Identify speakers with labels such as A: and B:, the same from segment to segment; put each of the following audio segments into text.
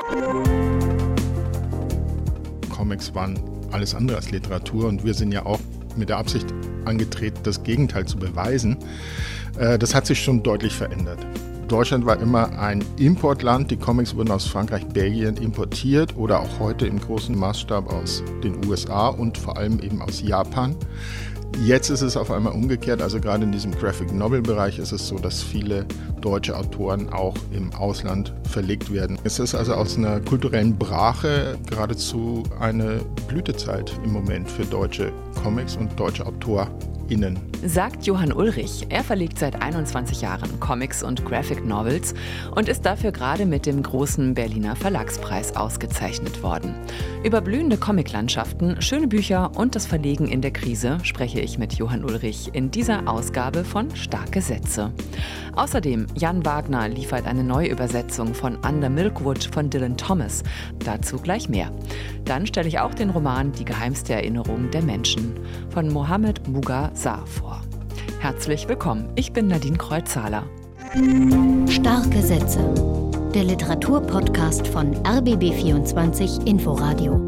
A: Comics waren alles andere als Literatur und wir sind ja auch mit der Absicht angetreten, das Gegenteil zu beweisen. Das hat sich schon deutlich verändert. Deutschland war immer ein Importland. Die Comics wurden aus Frankreich, Belgien importiert oder auch heute im großen Maßstab aus den USA und vor allem eben aus Japan. Jetzt ist es auf einmal umgekehrt, also gerade in diesem Graphic-Novel-Bereich ist es so, dass viele deutsche Autoren auch im Ausland verlegt werden. Es ist also aus einer kulturellen Brache geradezu eine Blütezeit im Moment für deutsche Comics und deutsche AutorInnen.
B: Sagt Johann Ulrich. Er verlegt seit 21 Jahren Comics und Graphic Novels und ist dafür gerade mit dem großen Berliner Verlagspreis ausgezeichnet worden. Über blühende Comiclandschaften, schöne Bücher und das Verlegen in der Krise spreche ich mit Johann Ulrich in dieser Ausgabe von Starke Sätze. Außerdem, Jan Wagner liefert eine Neuübersetzung von Under Milkwood von Dylan Thomas. Dazu gleich mehr. Dann stelle ich auch den Roman Die geheimste Erinnerung der Menschen von Mohammed Mughar Sar vor. Herzlich willkommen, ich bin Nadine Kreuzhaler.
C: Starke Sätze, der Literaturpodcast von RBB24 Inforadio.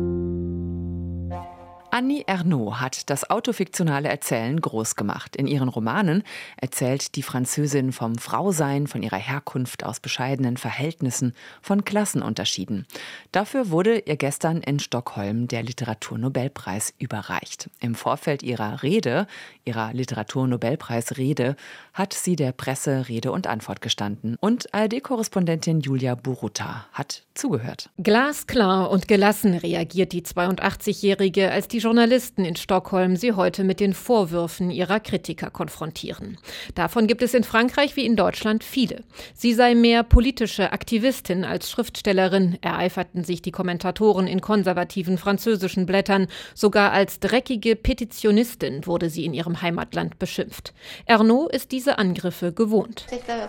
B: Annie Ernaux hat das autofiktionale Erzählen groß gemacht. In ihren Romanen erzählt die Französin vom Frausein, von ihrer Herkunft aus bescheidenen Verhältnissen, von Klassenunterschieden. Dafür wurde ihr gestern in Stockholm der Literaturnobelpreis überreicht. Im Vorfeld ihrer Literaturnobelpreisrede, hat sie der Presse Rede und Antwort gestanden. Und ARD-Korrespondentin Julia Buruta hat zugehört.
D: Glasklar und gelassen reagiert die 82-Jährige, als die Journalisten in Stockholm sie heute mit den Vorwürfen ihrer Kritiker konfrontieren. Davon gibt es in Frankreich wie in Deutschland viele. Sie sei mehr politische Aktivistin als Schriftstellerin, ereiferten sich die Kommentatoren in konservativen französischen Blättern. Sogar als dreckige Petitionistin wurde sie in ihrem Heimatland beschimpft. Ernaux ist diese Angriffe gewohnt.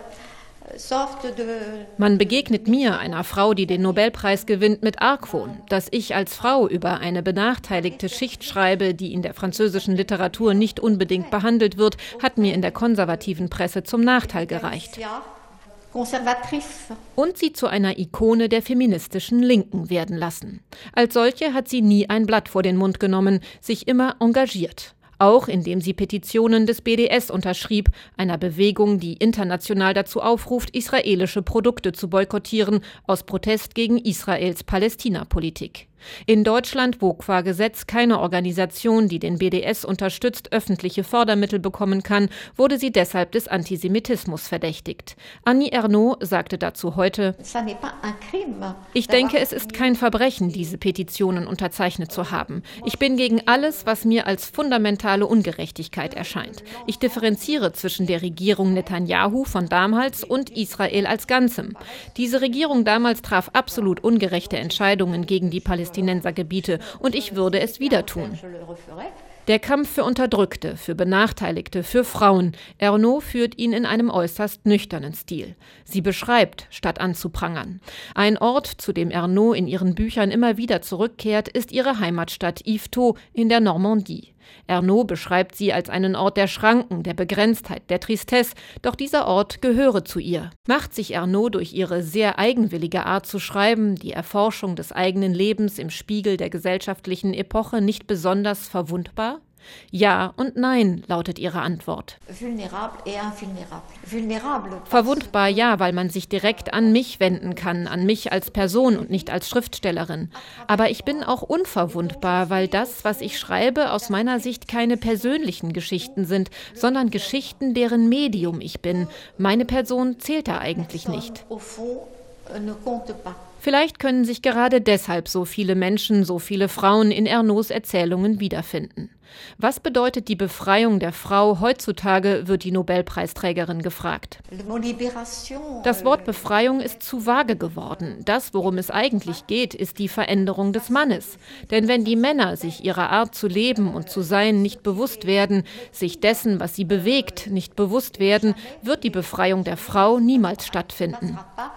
D: Man begegnet mir, einer Frau, die den Nobelpreis gewinnt, mit Argwohn. Dass ich als Frau über eine benachteiligte Schicht schreibe, die in der französischen Literatur nicht unbedingt behandelt wird, hat mir in der konservativen Presse zum Nachteil gereicht. Und sie zu einer Ikone der feministischen Linken werden lassen. Als solche hat sie nie ein Blatt vor den Mund genommen, sich immer engagiert. Auch indem sie Petitionen des BDS unterschrieb, einer Bewegung, die international dazu aufruft, israelische Produkte zu boykottieren, aus Protest gegen Israels Palästina-Politik. In Deutschland, wo qua Gesetz keine Organisation, die den BDS unterstützt, öffentliche Fördermittel bekommen kann, wurde sie deshalb des Antisemitismus verdächtigt. Annie Ernaux sagte dazu heute: Ich denke, es ist kein Verbrechen, diese Petitionen unterzeichnet zu haben. Ich bin gegen alles, was mir als fundamentale Ungerechtigkeit erscheint. Ich differenziere zwischen der Regierung Netanyahu von damals und Israel als Ganzem. Diese Regierung damals traf absolut ungerechte Entscheidungen gegen die Palästinensergebiete und ich würde es wieder tun. Der Kampf für Unterdrückte, für Benachteiligte, für Frauen. Ernaux führt ihn in einem äußerst nüchternen Stil. Sie beschreibt, statt anzuprangern. Ein Ort, zu dem Ernaux in ihren Büchern immer wieder zurückkehrt, ist ihre Heimatstadt Yvetot in der Normandie. Ernaux beschreibt sie als einen Ort der Schranken, der Begrenztheit, der Tristesse, doch dieser Ort gehöre zu ihr. Macht sich Ernaux durch ihre sehr eigenwillige Art zu schreiben, die Erforschung des eigenen Lebens im Spiegel der gesellschaftlichen Epoche, nicht besonders verwundbar? Ja und nein, lautet ihre Antwort. Verwundbar ja, weil man sich direkt an mich wenden kann, an mich als Person und nicht als Schriftstellerin. Aber ich bin auch unverwundbar, weil das, was ich schreibe, aus meiner Sicht keine persönlichen Geschichten sind, sondern Geschichten, deren Medium ich bin. Meine Person zählt da eigentlich nicht. Vielleicht können sich gerade deshalb so viele Menschen, so viele Frauen in Ernaux Erzählungen wiederfinden. Was bedeutet die Befreiung der Frau heutzutage, wird die Nobelpreisträgerin gefragt. Das Wort Befreiung ist zu vage geworden. Das, worum es eigentlich geht, ist die Veränderung des Mannes. Denn wenn die Männer sich ihrer Art zu leben und zu sein nicht bewusst werden, sich dessen, was sie bewegt, nicht bewusst werden, wird die Befreiung der Frau niemals stattfinden.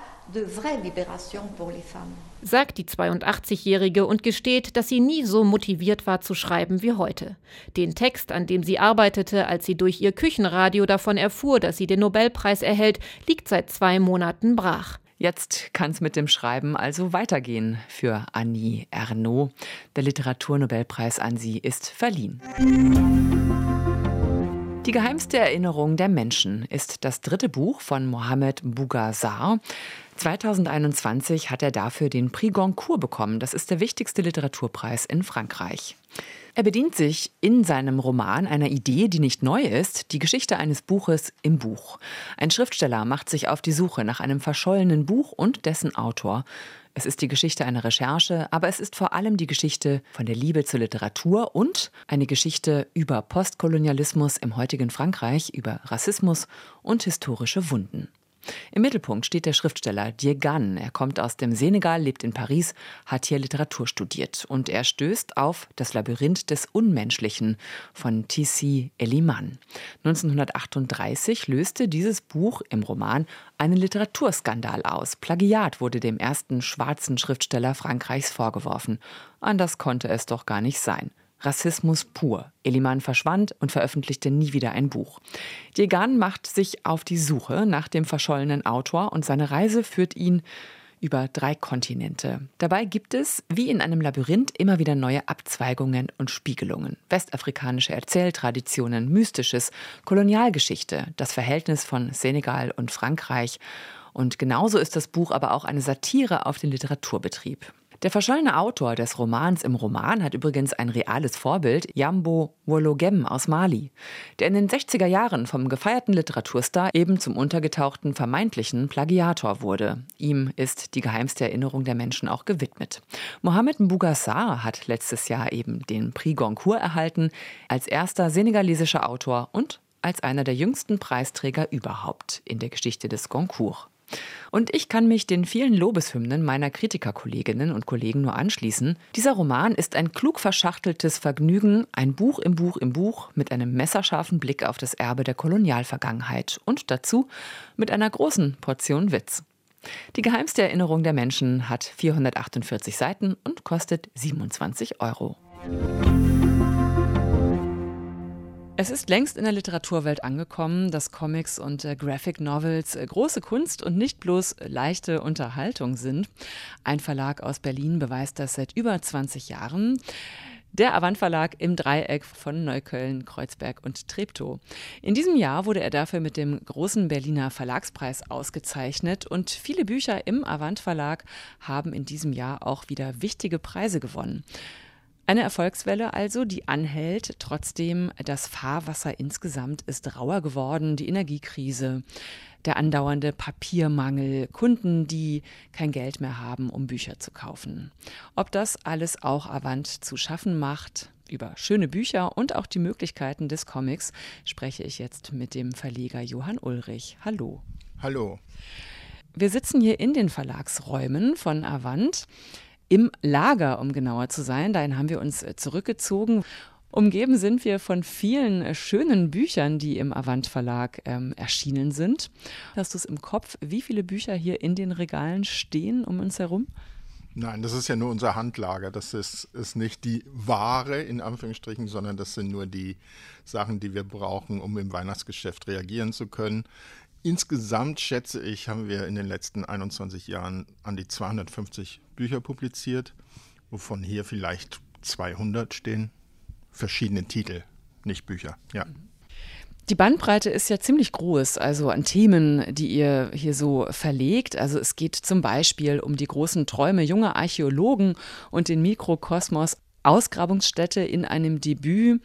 D: Sagt die 82-Jährige und gesteht, dass sie nie so motiviert war zu schreiben wie heute. Den Text, an dem sie arbeitete, als sie durch ihr Küchenradio davon erfuhr, dass sie den Nobelpreis erhält, liegt seit 2 Monaten brach.
B: Jetzt kann es mit dem Schreiben also weitergehen für Annie Ernaux. Der Literaturnobelpreis an sie ist verliehen. Die geheimste Erinnerung der Menschen ist das 3. Buch von Mohamed Bougarsar. 2021 hat er dafür den Prix Goncourt bekommen. Das ist der wichtigste Literaturpreis in Frankreich. Er bedient sich in seinem Roman einer Idee, die nicht neu ist, die Geschichte eines Buches im Buch. Ein Schriftsteller macht sich auf die Suche nach einem verschollenen Buch und dessen Autor. Es ist die Geschichte einer Recherche, aber es ist vor allem die Geschichte von der Liebe zur Literatur und eine Geschichte über Postkolonialismus im heutigen Frankreich, über Rassismus und historische Wunden. Im Mittelpunkt steht der Schriftsteller Diegane. Er kommt aus dem Senegal, lebt in Paris, hat hier Literatur studiert. Und er stößt auf Das Labyrinth des Unmenschlichen von T.C. Eliman. 1938 löste dieses Buch im Roman einen Literaturskandal aus. Plagiat wurde dem ersten schwarzen Schriftsteller Frankreichs vorgeworfen. Anders konnte es doch gar nicht sein. Rassismus pur. Eliman verschwand und veröffentlichte nie wieder ein Buch. Diegane macht sich auf die Suche nach dem verschollenen Autor und seine Reise führt ihn über 3 Kontinente. Dabei gibt es, wie in einem Labyrinth, immer wieder neue Abzweigungen und Spiegelungen. Westafrikanische Erzähltraditionen, Mystisches, Kolonialgeschichte, das Verhältnis von Senegal und Frankreich. Und genauso ist das Buch aber auch eine Satire auf den Literaturbetrieb. Der verschollene Autor des Romans im Roman hat übrigens ein reales Vorbild, Yambo Wologem aus Mali, der in den 60er Jahren vom gefeierten Literaturstar eben zum untergetauchten vermeintlichen Plagiator wurde. Ihm ist die geheimste Erinnerung der Menschen auch gewidmet. Mohamed Bougarsar hat letztes Jahr eben den Prix Goncourt erhalten, als erster senegalesischer Autor und als einer der jüngsten Preisträger überhaupt in der Geschichte des Goncourt. Und ich kann mich den vielen Lobeshymnen meiner Kritikerkolleginnen und Kollegen nur anschließen. Dieser Roman ist ein klug verschachteltes Vergnügen, ein Buch im Buch im Buch mit einem messerscharfen Blick auf das Erbe der Kolonialvergangenheit und dazu mit einer großen Portion Witz. Die geheimste Erinnerung der Menschen hat 448 Seiten und kostet 27 €. Es ist längst in der Literaturwelt angekommen, dass Comics und Graphic Novels große Kunst und nicht bloß leichte Unterhaltung sind. Ein Verlag aus Berlin beweist das seit über 20 Jahren. Der Avant Verlag im Dreieck von Neukölln, Kreuzberg und Treptow. In diesem Jahr wurde er dafür mit dem großen Berliner Verlagspreis ausgezeichnet und viele Bücher im Avant Verlag haben in diesem Jahr auch wieder wichtige Preise gewonnen. Eine Erfolgswelle also, die anhält. Trotzdem, das Fahrwasser insgesamt ist rauer geworden. Die Energiekrise, der andauernde Papiermangel, Kunden, die kein Geld mehr haben, um Bücher zu kaufen. Ob das alles auch Avant zu schaffen macht, über schöne Bücher und auch die Möglichkeiten des Comics, spreche ich jetzt mit dem Verleger Johann Ulrich. Hallo.
A: Hallo.
B: Wir sitzen hier in den Verlagsräumen von Avant. Im Lager, um genauer zu sein. Dahin haben wir uns zurückgezogen. Umgeben sind wir von vielen schönen Büchern, die im Avant Verlag erschienen sind. Hast du es im Kopf, wie viele Bücher hier in den Regalen stehen um uns herum?
A: Nein, das ist ja nur unser Handlager. Das ist nicht die Ware in Anführungsstrichen, sondern das sind nur die Sachen, die wir brauchen, um im Weihnachtsgeschäft reagieren zu können. Insgesamt, schätze ich, haben wir in den letzten 21 Jahren an die 250 Bücher publiziert, wovon hier vielleicht 200 stehen. Verschiedene Titel, nicht Bücher, ja.
B: Die Bandbreite ist ja ziemlich groß, also an Themen, die ihr hier so verlegt. Also es geht zum Beispiel um die großen Träume junger Archäologen und den Mikrokosmos Ausgrabungsstätte in einem Debüt.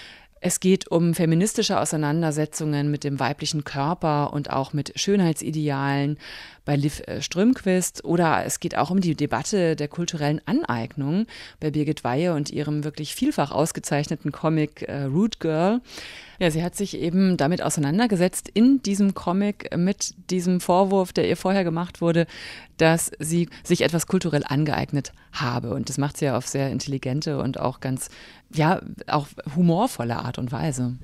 B: Es geht um feministische Auseinandersetzungen mit dem weiblichen Körper und auch mit Schönheitsidealen bei Liv Strömquist. Oder es geht auch um die Debatte der kulturellen Aneignung bei Birgit Weihe und ihrem wirklich vielfach ausgezeichneten Comic Root Girl. Ja, sie hat sich eben damit auseinandergesetzt in diesem Comic mit diesem Vorwurf, der ihr vorher gemacht wurde, dass sie sich etwas kulturell angeeignet habe. Und das macht sie ja auf sehr intelligente und auch ganz, ja, auch humorvolle Art und Weise.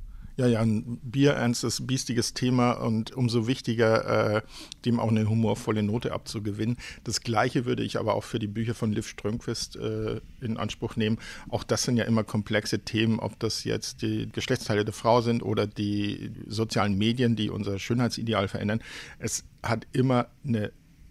A: Ja, ein bierernstes, biestiges Thema und umso wichtiger, dem auch eine humorvolle Note abzugewinnen. Das Gleiche würde ich aber auch für die Bücher von Liv Strömquist in Anspruch nehmen. Auch das sind ja immer komplexe Themen, ob das jetzt die Geschlechtsteile der Frau sind oder die sozialen Medien, die unser Schönheitsideal verändern. Es hat immer eine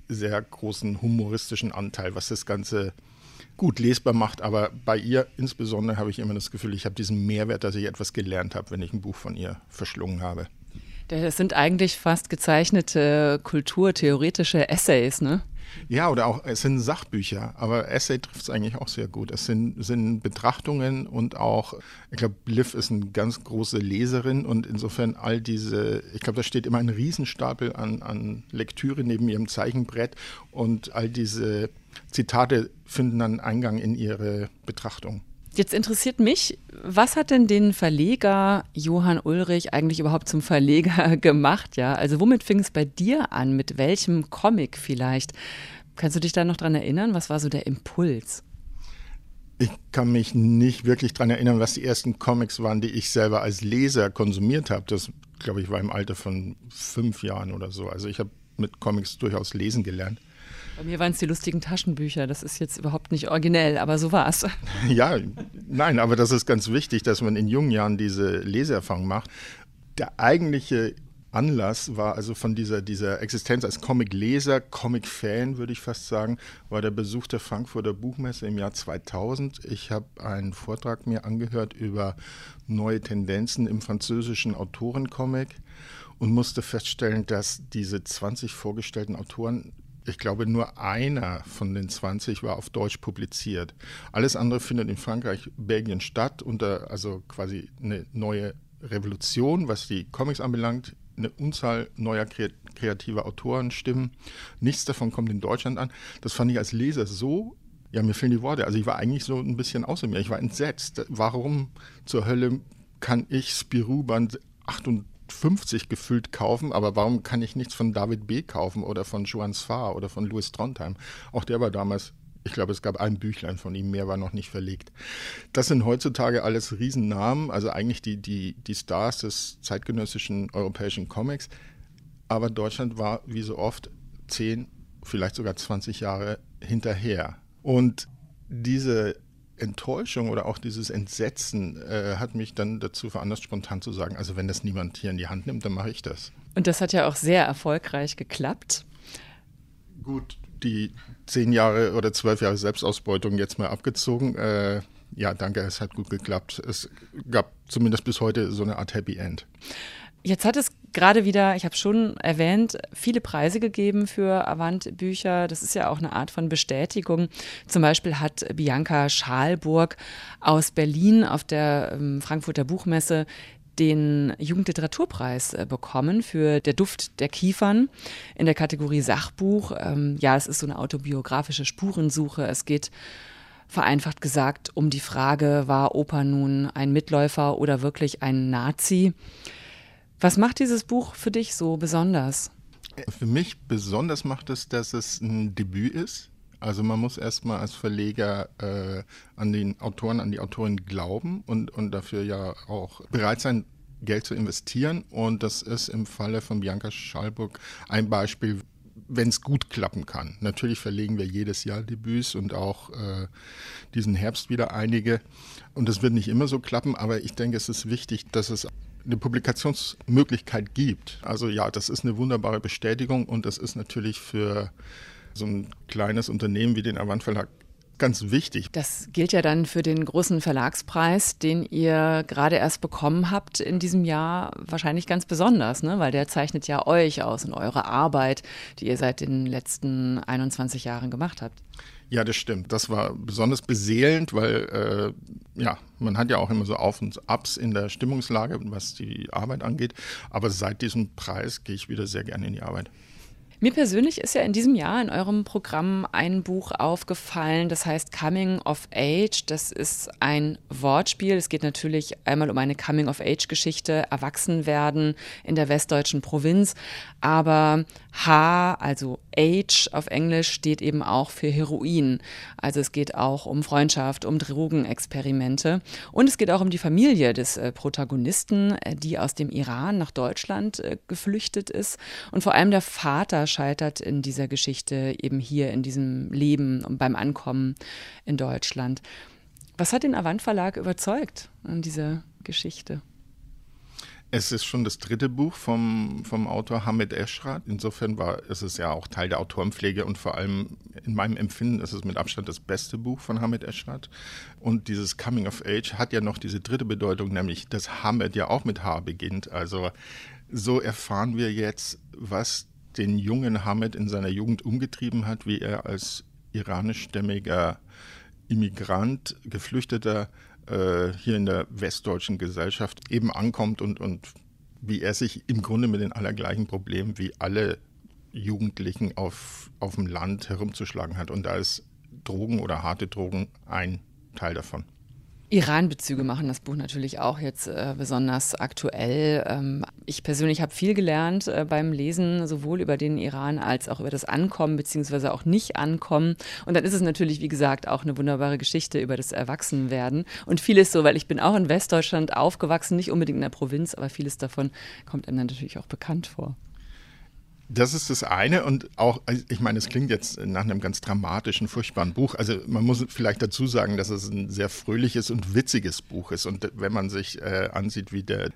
A: sehr großen humoristischen Anteil, was das Ganze gut lesbar macht. Aber bei ihr insbesondere habe ich immer das Gefühl, ich habe diesen Mehrwert, dass ich etwas gelernt habe, wenn ich ein Buch von ihr verschlungen habe.
B: Das sind eigentlich fast gezeichnete kulturtheoretische Essays, ne?
A: Ja, oder auch, es sind Sachbücher, aber Essay trifft es eigentlich auch sehr gut. Es sind Betrachtungen und auch, ich glaube, Liv ist eine ganz große Leserin und insofern ich glaube, da steht immer ein Riesenstapel an Lektüre neben ihrem Zeichenbrett und all diese Zitate finden dann Eingang in ihre Betrachtung.
B: Jetzt interessiert mich, was hat denn den Verleger Johann Ulrich eigentlich überhaupt zum Verleger gemacht? Ja? Also womit fing es bei dir an? Mit welchem Comic vielleicht? Kannst du dich da noch dran erinnern? Was war so der Impuls?
A: Ich kann mich nicht wirklich dran erinnern, was die ersten Comics waren, die ich selber als Leser konsumiert habe. Das, glaube ich, war im Alter von 5 Jahren oder so. Also ich habe mit Comics durchaus lesen gelernt.
B: Bei mir waren es die lustigen Taschenbücher. Das ist jetzt überhaupt nicht originell, aber so war es.
A: Ja, nein, aber das ist ganz wichtig, dass man in jungen Jahren diese Leseerfahrung macht. Der eigentliche Anlass war also von dieser Existenz als Comic-Leser, Comic-Fan, würde ich fast sagen, war der Besuch der Frankfurter Buchmesse im Jahr 2000. Ich habe einen Vortrag mir angehört über neue Tendenzen im französischen Autorencomic und musste feststellen, dass diese 20 vorgestellten Autoren, ich glaube, nur einer von den 20 war auf Deutsch publiziert. Alles andere findet in Frankreich, Belgien statt, also quasi eine neue Revolution, was die Comics anbelangt, eine Unzahl neuer kreativer Autorenstimmen. Nichts davon kommt in Deutschland an. Das fand ich als Leser so, ja, mir fehlen die Worte. Also ich war eigentlich so ein bisschen außer mir. Ich war entsetzt. Warum zur Hölle kann ich Spirou Band 58 gefüllt kaufen, aber warum kann ich nichts von David B. kaufen oder von Johann Sfar oder von Louis Trondheim? Auch der war damals, ich glaube, es gab ein Büchlein von ihm, mehr war noch nicht verlegt. Das sind heutzutage alles Riesennamen, also eigentlich die Stars des zeitgenössischen europäischen Comics. Aber Deutschland war, wie so oft, 10, vielleicht sogar 20 Jahre hinterher. Und diese Enttäuschung oder auch dieses Entsetzen hat mich dann dazu veranlasst, spontan zu sagen, also wenn das niemand hier in die Hand nimmt, dann mache ich das.
B: Und das hat ja auch sehr erfolgreich geklappt.
A: Gut, die 10 Jahre oder 12 Jahre Selbstausbeutung jetzt mal abgezogen. Ja, danke, es hat gut geklappt. Es gab zumindest bis heute so eine Art Happy End.
B: Jetzt hat es gerade wieder, ich habe schon erwähnt, viele Preise gegeben für Avant-Bücher. Das ist ja auch eine Art von Bestätigung. Zum Beispiel hat Bianca Schalburg aus Berlin auf der Frankfurter Buchmesse den Jugendliteraturpreis bekommen für Der Duft der Kiefern in der Kategorie Sachbuch. Ja, es ist so eine autobiografische Spurensuche. Es geht vereinfacht gesagt um die Frage, war Opa nun ein Mitläufer oder wirklich ein Nazi? Was macht dieses Buch für dich so besonders?
A: Für mich besonders macht es, dass es ein Debüt ist. Also man muss erstmal als Verleger an den Autoren, an die Autorin glauben und dafür ja auch bereit sein, Geld zu investieren. Und das ist im Falle von Bianca Schalburg ein Beispiel, wenn es gut klappen kann. Natürlich verlegen wir jedes Jahr Debüts und auch diesen Herbst wieder einige. Und das wird nicht immer so klappen, aber ich denke, es ist wichtig, dass es eine Publikationsmöglichkeit gibt. Also ja, das ist eine wunderbare Bestätigung und das ist natürlich für so ein kleines Unternehmen wie den Avant Verlag ganz wichtig.
B: Das gilt ja dann für den großen Verlagspreis, den ihr gerade erst bekommen habt in diesem Jahr, wahrscheinlich ganz besonders, ne? Weil der zeichnet ja euch aus und eure Arbeit, die ihr seit den letzten 21 Jahren gemacht habt.
A: Ja, das stimmt. Das war besonders beseelend, weil man hat ja auch immer so Auf und Abs in der Stimmungslage, was die Arbeit angeht. Aber seit diesem Preis gehe ich wieder sehr gerne in die Arbeit.
B: Mir persönlich ist ja in diesem Jahr in eurem Programm ein Buch aufgefallen, das heißt Coming of Age. Das ist ein Wortspiel. Es geht natürlich einmal um eine Coming-of-Age-Geschichte, Erwachsenwerden in der westdeutschen Provinz. Aber H, also Age auf Englisch, steht eben auch für Heroin. Also es geht auch um Freundschaft, um Drogenexperimente. Und es geht auch um die Familie des Protagonisten, die aus dem Iran nach Deutschland geflüchtet ist. Und vor allem der Vater scheitert in dieser Geschichte eben hier in diesem Leben und beim Ankommen in Deutschland. Was hat den Avant Verlag überzeugt an dieser Geschichte?
A: Es ist schon das 3. Buch vom Autor Hamed Eschrat. Insofern ist es ja auch Teil der Autorenpflege und vor allem in meinem Empfinden ist es mit Abstand das beste Buch von Hamed Eschrat. Und dieses Coming of Age hat ja noch diese 3. Bedeutung, nämlich dass Hamed ja auch mit H beginnt. Also so erfahren wir jetzt, was den jungen Hamed in seiner Jugend umgetrieben hat, wie er als iranischstämmiger Immigrant, Geflüchteter hier in der westdeutschen Gesellschaft eben ankommt und wie er sich im Grunde mit den allergleichen Problemen wie alle Jugendlichen auf dem Land herumzuschlagen hat. Und da ist Drogen oder harte Drogen ein Teil davon.
B: Iran-Bezüge machen das Buch natürlich auch jetzt besonders aktuell. Ich persönlich habe viel gelernt beim Lesen, sowohl über den Iran als auch über das Ankommen bzw. auch Nicht-Ankommen. Und dann ist es natürlich, wie gesagt, auch eine wunderbare Geschichte über das Erwachsenwerden. Und vieles so, weil ich bin auch in Westdeutschland aufgewachsen, nicht unbedingt in der Provinz, aber vieles davon kommt einem dann natürlich auch bekannt vor.
A: Das ist das eine und auch, ich meine, es klingt jetzt nach einem ganz dramatischen, furchtbaren Buch. Also man muss vielleicht dazu sagen, dass es ein sehr fröhliches und witziges Buch ist. Und wenn man sich ansieht, wie der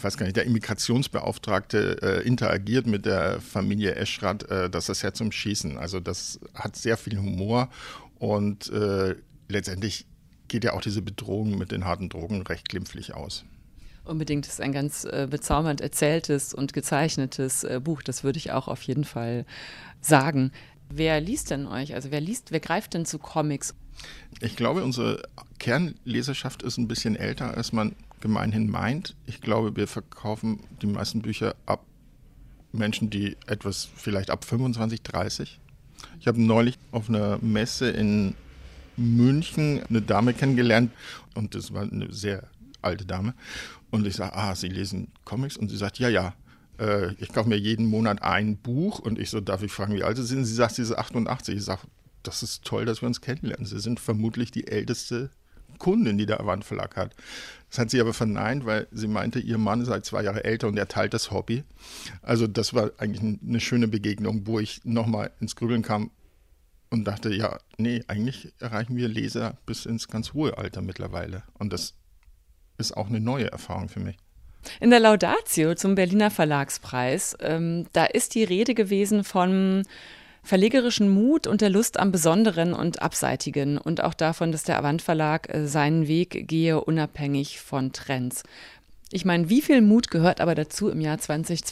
A: Immigrationsbeauftragte interagiert mit der Familie Eschrat, das ist ja zum Schießen. Also das hat sehr viel Humor und letztendlich geht ja auch diese Bedrohung mit den harten Drogen recht glimpflich aus.
B: Unbedingt, ist ein ganz bezaubernd erzähltes und gezeichnetes Buch. Das würde ich auch auf jeden Fall sagen. Wer liest denn euch? Also wer greift denn zu Comics?
A: Ich glaube, unsere Kernleserschaft ist ein bisschen älter, als man gemeinhin meint. Ich glaube, wir verkaufen die meisten Bücher ab Menschen, die etwas vielleicht ab 25, 30. Ich habe neulich auf einer Messe in München eine Dame kennengelernt und das war eine sehr alte Dame. Und ich sage, Sie lesen Comics? Und sie sagt, ja, ich kaufe mir jeden Monat ein Buch. Und ich so, darf ich fragen, wie alt Sie sind? Sie sagt, sie sind 88. Ich sage, das ist toll, dass wir uns kennenlernen. Sie sind vermutlich die älteste Kundin, die der Avant Verlag hat. Das hat sie aber verneint, weil sie meinte, ihr Mann sei 2 Jahre älter und er teilt das Hobby. Also das war eigentlich eine schöne Begegnung, wo ich nochmal ins Grübeln kam und dachte, ja, nee, eigentlich erreichen wir Leser bis ins ganz hohe Alter mittlerweile. Und das ist auch eine neue Erfahrung für mich.
B: In der Laudatio zum Berliner Verlagspreis, da ist die Rede gewesen von verlegerischen Mut und der Lust am Besonderen und Abseitigen und auch davon, dass der Avant Verlag seinen Weg gehe, unabhängig von Trends. Ich meine, wie viel Mut gehört aber dazu, im Jahr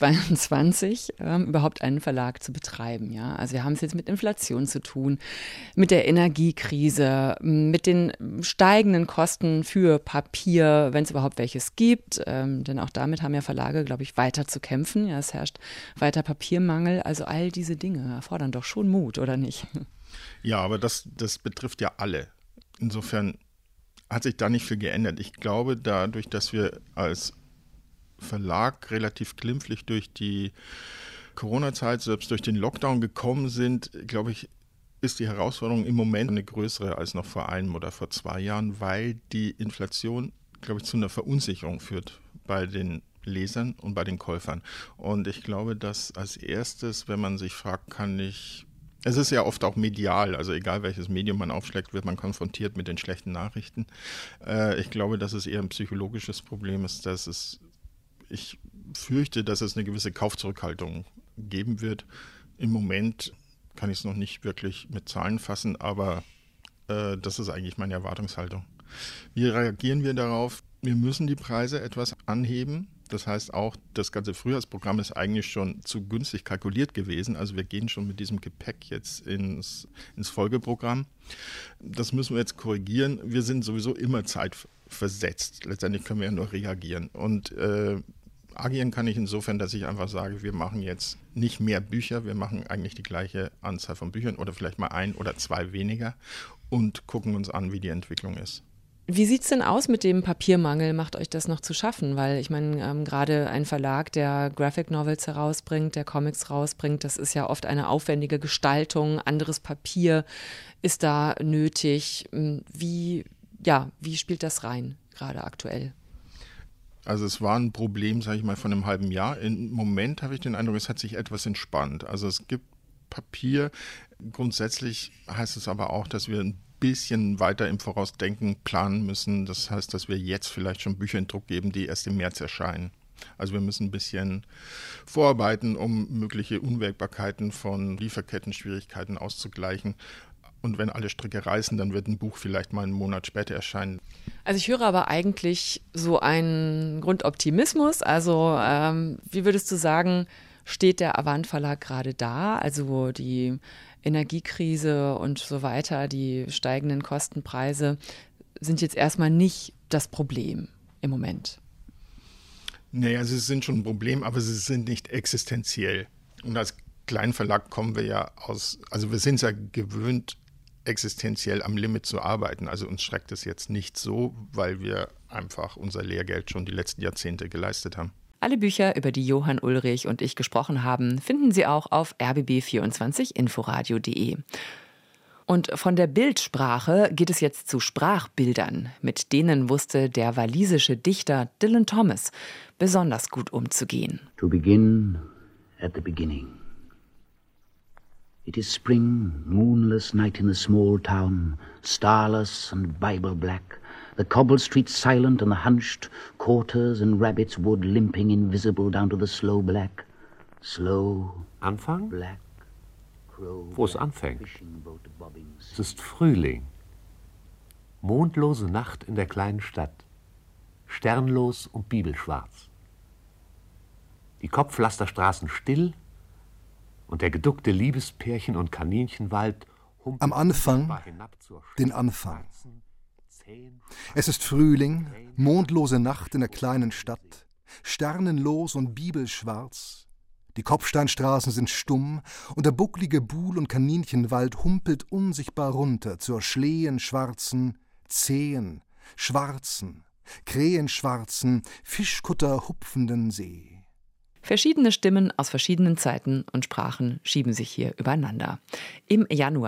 B: 2022 überhaupt einen Verlag zu betreiben? Ja? Also wir haben es jetzt mit Inflation zu tun, mit der Energiekrise, mit den steigenden Kosten für Papier, wenn es überhaupt welches gibt. Denn auch damit haben ja Verlage, glaube ich, weiter zu kämpfen. Ja, es herrscht weiter Papiermangel. Also all diese Dinge erfordern doch schon Mut, oder nicht?
A: Ja, aber das betrifft ja alle. Insofern hat sich da nicht viel geändert. Ich glaube, dadurch, dass wir als Verlag relativ glimpflich durch die Corona-Zeit, selbst durch den Lockdown gekommen sind, glaube ich, ist die Herausforderung im Moment eine größere als noch vor 1 oder vor 2 Jahren, weil die Inflation, glaube ich, zu einer Verunsicherung führt bei den Lesern und bei den Käufern. Und ich glaube, dass als erstes, wenn man sich fragt, es ist ja oft auch medial, also egal welches Medium man aufschlägt, wird man konfrontiert mit den schlechten Nachrichten. Ich glaube, dass es eher ein psychologisches Problem ist, ich fürchte, dass es eine gewisse Kaufzurückhaltung geben wird. Im Moment kann ich es noch nicht wirklich mit Zahlen fassen, aber das ist eigentlich meine Erwartungshaltung. Wie reagieren wir darauf? Wir müssen die Preise etwas anheben. Das heißt auch, das ganze Frühjahrsprogramm ist eigentlich schon zu günstig kalkuliert gewesen. Also wir gehen schon mit diesem Gepäck jetzt ins Folgeprogramm. Das müssen wir jetzt korrigieren. Wir sind sowieso immer zeitversetzt. Letztendlich können wir ja nur reagieren. Und agieren kann ich insofern, dass ich einfach sage, wir machen jetzt nicht mehr Bücher, wir machen eigentlich die gleiche Anzahl von Büchern oder vielleicht mal 1 oder 2 weniger und gucken uns an, wie die Entwicklung ist.
B: Wie sieht es denn aus mit dem Papiermangel? Macht euch das noch zu schaffen? Weil ich meine, gerade ein Verlag, der Graphic Novels herausbringt, der Comics rausbringt, das ist ja oft eine aufwendige Gestaltung, anderes Papier ist da nötig. Wie spielt das rein, gerade aktuell?
A: Also es war ein Problem, sage ich mal, von einem halben Jahr. Im Moment habe ich den Eindruck, es hat sich etwas entspannt. Also es gibt Papier. Grundsätzlich heißt es aber auch, dass wir ein bisschen weiter im Vorausdenken planen müssen. Das heißt, dass wir jetzt vielleicht schon Bücher in Druck geben, die erst im März erscheinen. Also wir müssen ein bisschen vorarbeiten, um mögliche Unwägbarkeiten von Lieferkettenschwierigkeiten auszugleichen. Und wenn alle Stricke reißen, dann wird ein Buch vielleicht mal einen Monat später erscheinen.
B: Also ich höre aber eigentlich so einen Grundoptimismus. Also wie würdest du sagen, steht der Avant Verlag gerade da? Also die Energiekrise und so weiter, die steigenden Kostenpreise sind jetzt erstmal nicht das Problem im Moment.
A: Naja, sie sind schon ein Problem, aber sie sind nicht existenziell. Und als Kleinverlag kommen wir ja also wir sind es ja gewöhnt, existenziell am Limit zu arbeiten. Also uns schreckt es jetzt nicht so, weil wir einfach unser Lehrgeld schon die letzten Jahrzehnte geleistet haben.
B: Alle Bücher, über die Johann Ulrich und ich gesprochen haben, finden Sie auch auf rbb24inforadio.de. Und von der Bildsprache geht es jetzt zu Sprachbildern. Mit denen wusste der walisische Dichter Dylan Thomas besonders gut umzugehen.
E: To begin at the beginning. It is spring, moonless night in the small town, starless and Bible black, the cobbled streets silent and the hunched quarters and rabbits wood limping invisible down to the slow black, slow
F: Anfang?
E: black crow.
F: Wo es anfängt. Es ist Frühling. Mondlose Nacht in der kleinen Stadt. Sternlos und bibelschwarz. Die Kopfpflasterstraßen still und der geduckte Liebespärchen- und Kaninchenwald humpelt
G: am Anfang, den Anfang. Es ist Frühling, mondlose Nacht in der kleinen Stadt, sternenlos und bibelschwarz. Die Kopfsteinstraßen sind stumm und der bucklige Buhl- und Kaninchenwald humpelt unsichtbar runter zur schlehenschwarzen, zähen, schwarzen, krähenschwarzen, fischkutter-hupfenden See.
B: Verschiedene Stimmen aus verschiedenen Zeiten und Sprachen schieben sich hier übereinander. Im Januar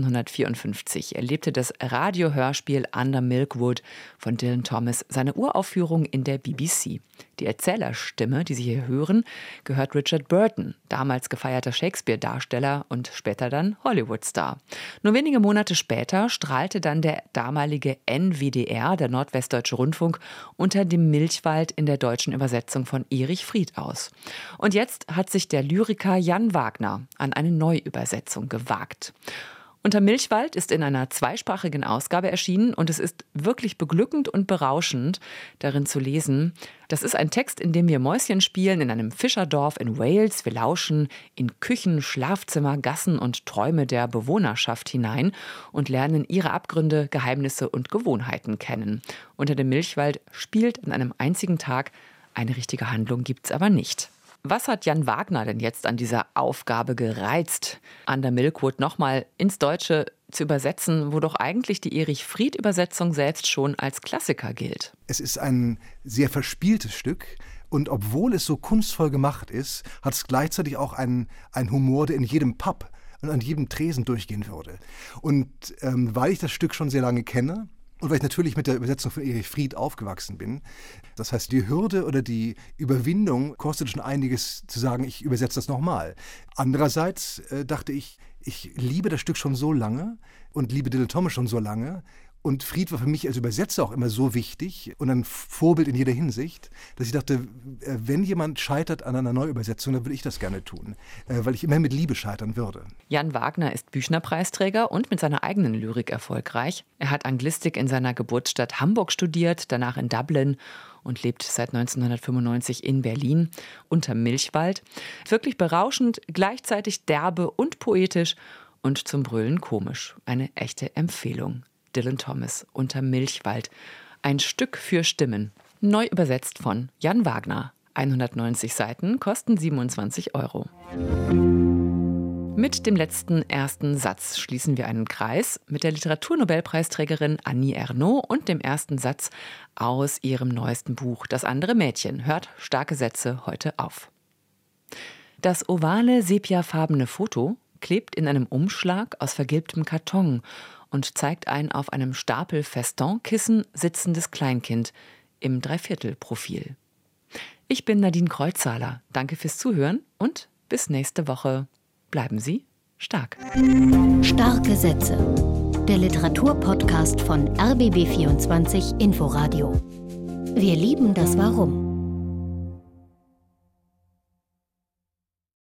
B: 1954 erlebte das Radiohörspiel Under Milkwood von Dylan Thomas seine Uraufführung in der BBC. Die Erzählerstimme, die Sie hier hören, gehört Richard Burton, damals gefeierter Shakespeare-Darsteller und später dann Hollywood-Star. Nur wenige Monate später strahlte dann der damalige NWDR, der Nordwestdeutsche Rundfunk, Unter dem Milchwald in der deutschen Übersetzung von Erich Fried aus. Und jetzt hat sich der Lyriker Jan Wagner an eine Neuübersetzung gewagt. Unter Milchwald ist in einer zweisprachigen Ausgabe erschienen und es ist wirklich beglückend und berauschend, darin zu lesen. Das ist ein Text, in dem wir Mäuschen spielen in einem Fischerdorf in Wales. Wir lauschen in Küchen, Schlafzimmer, Gassen und Träume der Bewohnerschaft hinein und lernen ihre Abgründe, Geheimnisse und Gewohnheiten kennen. Unter dem Milchwald spielt an einem einzigen Tag. Eine richtige Handlung gibt's aber nicht. Was hat Jan Wagner denn jetzt an dieser Aufgabe gereizt, Under Milkwood nochmal ins Deutsche zu übersetzen, wo doch eigentlich die Erich-Fried-Übersetzung selbst schon als Klassiker gilt?
G: Es ist ein sehr verspieltes Stück und obwohl es so kunstvoll gemacht ist, hat es gleichzeitig auch einen Humor, der in jedem Pub und an jedem Tresen durchgehen würde. Und weil ich das Stück schon sehr lange kenne, und weil ich natürlich mit der Übersetzung von Erich Fried aufgewachsen bin. Das heißt, die Hürde oder die Überwindung kostet schon einiges zu sagen, ich übersetze das nochmal. Andererseits dachte ich liebe das Stück schon so lange und liebe Dylan Thomas schon so lange. Und Fried war für mich als Übersetzer auch immer so wichtig und ein Vorbild in jeder Hinsicht, dass ich dachte, wenn jemand scheitert an einer Neuübersetzung, dann würde ich das gerne tun, weil ich immer mit Liebe scheitern würde.
B: Jan Wagner ist Büchner-Preisträger und mit seiner eigenen Lyrik erfolgreich. Er hat Anglistik in seiner Geburtsstadt Hamburg studiert, danach in Dublin und lebt seit 1995 in Berlin. Unter Milchwald. Wirklich berauschend, gleichzeitig derbe und poetisch und zum Brüllen komisch. Eine echte Empfehlung. Dylan Thomas, Unter Milchwald. Ein Stück für Stimmen. Neu übersetzt von Jan Wagner. 190 Seiten kosten 27 €. Mit dem letzten ersten Satz schließen wir einen Kreis mit der Literaturnobelpreisträgerin Annie Ernaux und dem ersten Satz aus ihrem neuesten Buch Das andere Mädchen. Hört starke Sätze heute auf. Das ovale, sepiafarbene Foto klebt in einem Umschlag aus vergilbtem Karton und zeigt ein auf einem Stapel Festonkissen sitzendes Kleinkind im Dreiviertelprofil. Ich bin Nadine Kreuzzahler. Danke fürs Zuhören und bis nächste Woche. Bleiben Sie stark.
C: Starke Sätze. Der Literaturpodcast von RBB24 Inforadio. Wir lieben das Warum.